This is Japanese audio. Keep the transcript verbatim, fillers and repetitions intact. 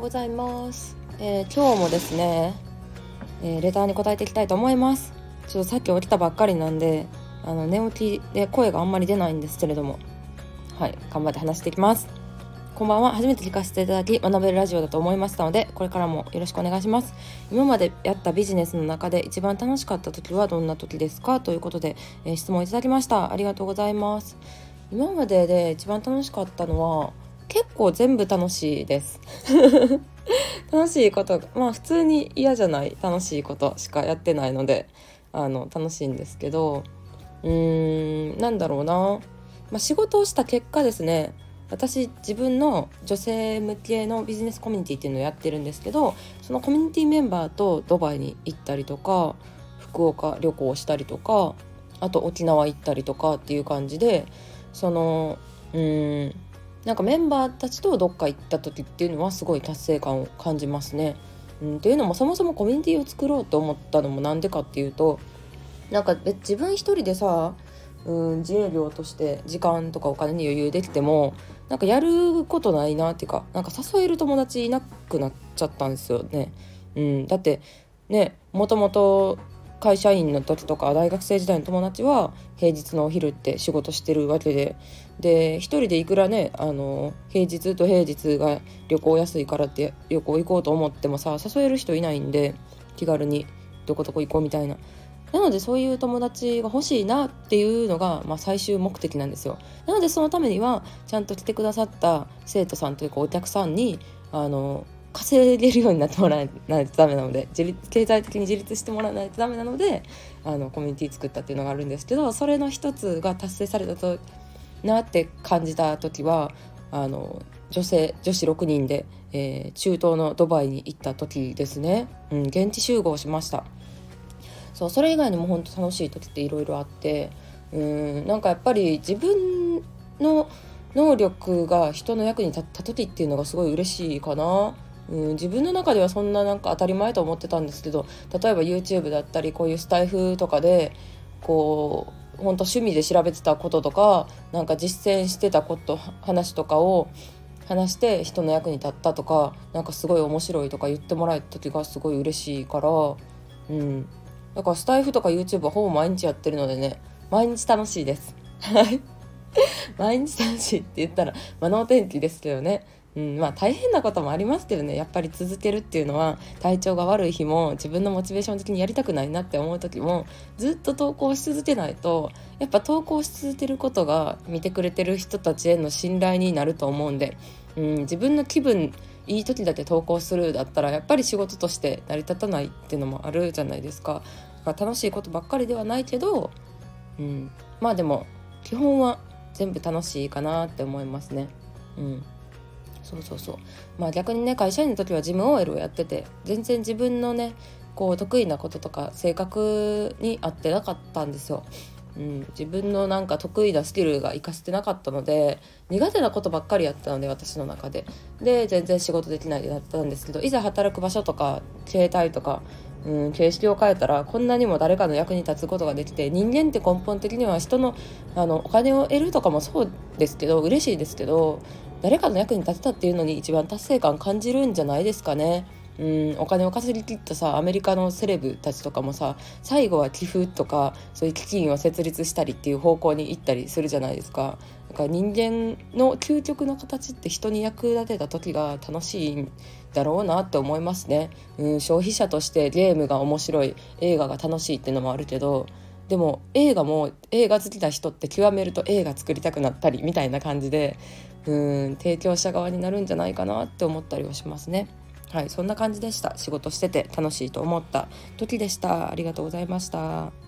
ございます、えー、今日もですね、えー、レターに答えていきたいと思います。ちょっとさっき起きたばっかりなんであの寝起きで声があんまり出ないんですけれども、はい頑張って話していきます。こんばんは。初めて聞かせていただき学べるラジオだと思いましたので、これからもよろしくお願いします。今までやったビジネスの中で一番楽しかった時はどんな時ですかということで、えー、質問いただきました。ありがとうございます。今までで一番楽しかったのは結構全部楽しいです楽しいことまあ普通に嫌じゃない楽しいことしかやってないのであの楽しいんですけど、うーんなんだろうな、まあ、仕事をした結果ですね、私自分の女性向けのビジネスコミュニティっていうのをやってるんですけど、そのコミュニティメンバーとドバイに行ったりとか福岡旅行したりとか、あと沖縄行ったりとかっていう感じで、そのうーんなんかメンバーたちとどっか行った時っていうのはすごい達成感を感じますね。うん、っていうのもそもそもコミュニティを作ろうと思ったのもなんでかっていうと、なんか自分一人でさ、うん自営業として時間とかお金に余裕できてもなんかやることないなっていうか、なんか誘える友達いなくなっちゃったんですよね。うん、だってね、もともと会社員の時とか大学生時代の友達は平日のお昼って仕事してるわけで、で一人でいくらね、あの平日と平日が旅行安いからって旅行行こうと思ってもさ誘える人いないんで、気軽にどこどこ行こうみたいな。なのでそういう友達が欲しいなっていうのが、まあ、最終目的なんですよ。なのでそのためにはちゃんと来てくださった生徒さんというかお客さんにあの稼げるようになってもらわないとダメなので、自立経済的に自立してもらわないとダメなので、あのコミュニティ作ったっていうのがあるんですけど、それの一つが達成されたとなって感じた時は、あの女性女子ろくにんで、えー、中東のドバイに行った時ですね。うん、現地集合しました。そうそれ以外にも本当楽しい時っていろいろあって、うーんなんかやっぱり自分の能力が人の役に立った時っていうのがすごい嬉しいかな。うん、自分の中ではそんななんか当たり前と思ってたんですけど、例えば YouTube だったりこういうスタイフとかでこう本当趣味で調べてたこととか、なんか実践してたこと話とかを話して人の役に立ったとか、なんかすごい面白いとか言ってもらえた時がすごい嬉しいから、うんだからスタイフとか YouTube はほぼ毎日やってるのでね、毎日楽しいですはい毎日楽しいって言ったらまあ能天気ですけどね。うん、まあ大変なこともありますけどね、やっぱり続けるっていうのは、体調が悪い日も自分のモチベーション的にやりたくないなって思う時もずっと投稿し続けないと、やっぱ投稿し続けることが見てくれてる人たちへの信頼になると思うんで、うん、自分の気分いい時だけ投稿するだったらやっぱり仕事として成り立たないっていうのもあるじゃないですか。だから楽しいことばっかりではないけど、うん、まあでも基本は全部楽しいかなって思いますね。うんそうそうそう。まあ逆にね、会社員の時は事務 オーエル をやってて、全然自分のねこう得意なこととか性格に合ってなかったんですよ。うん、自分のなんか得意なスキルが活かせてなかったので、苦手なことばっかりやったので私の中でで全然仕事できないでなったんですけど、いざ働く場所とか形態とか、うん、形式を変えたらこんなにも誰かの役に立つことができて、人間って根本的には人の、あのお金を得るとかもそうですけど嬉しいですけど、誰かの役に立てたっていうのに一番達成感感じるんじゃないですかね。うん、お金を稼ぎ切ったさアメリカのセレブたちとかもさ、最後は寄付とかそういう基金を設立したりっていう方向に行ったりするじゃないですか。だから人間の究極の形って人に役立てた時が楽しいんだろうなって思いますね。うん、消費者としてゲームが面白い、映画が楽しいっていうのもあるけど、でも映画も映画好きな人って極めると映画作りたくなったりみたいな感じで、うん提供者側になるんじゃないかなって思ったりはしますね。はい、そんな感じでした。仕事してて楽しいと思った時でした。ありがとうございました。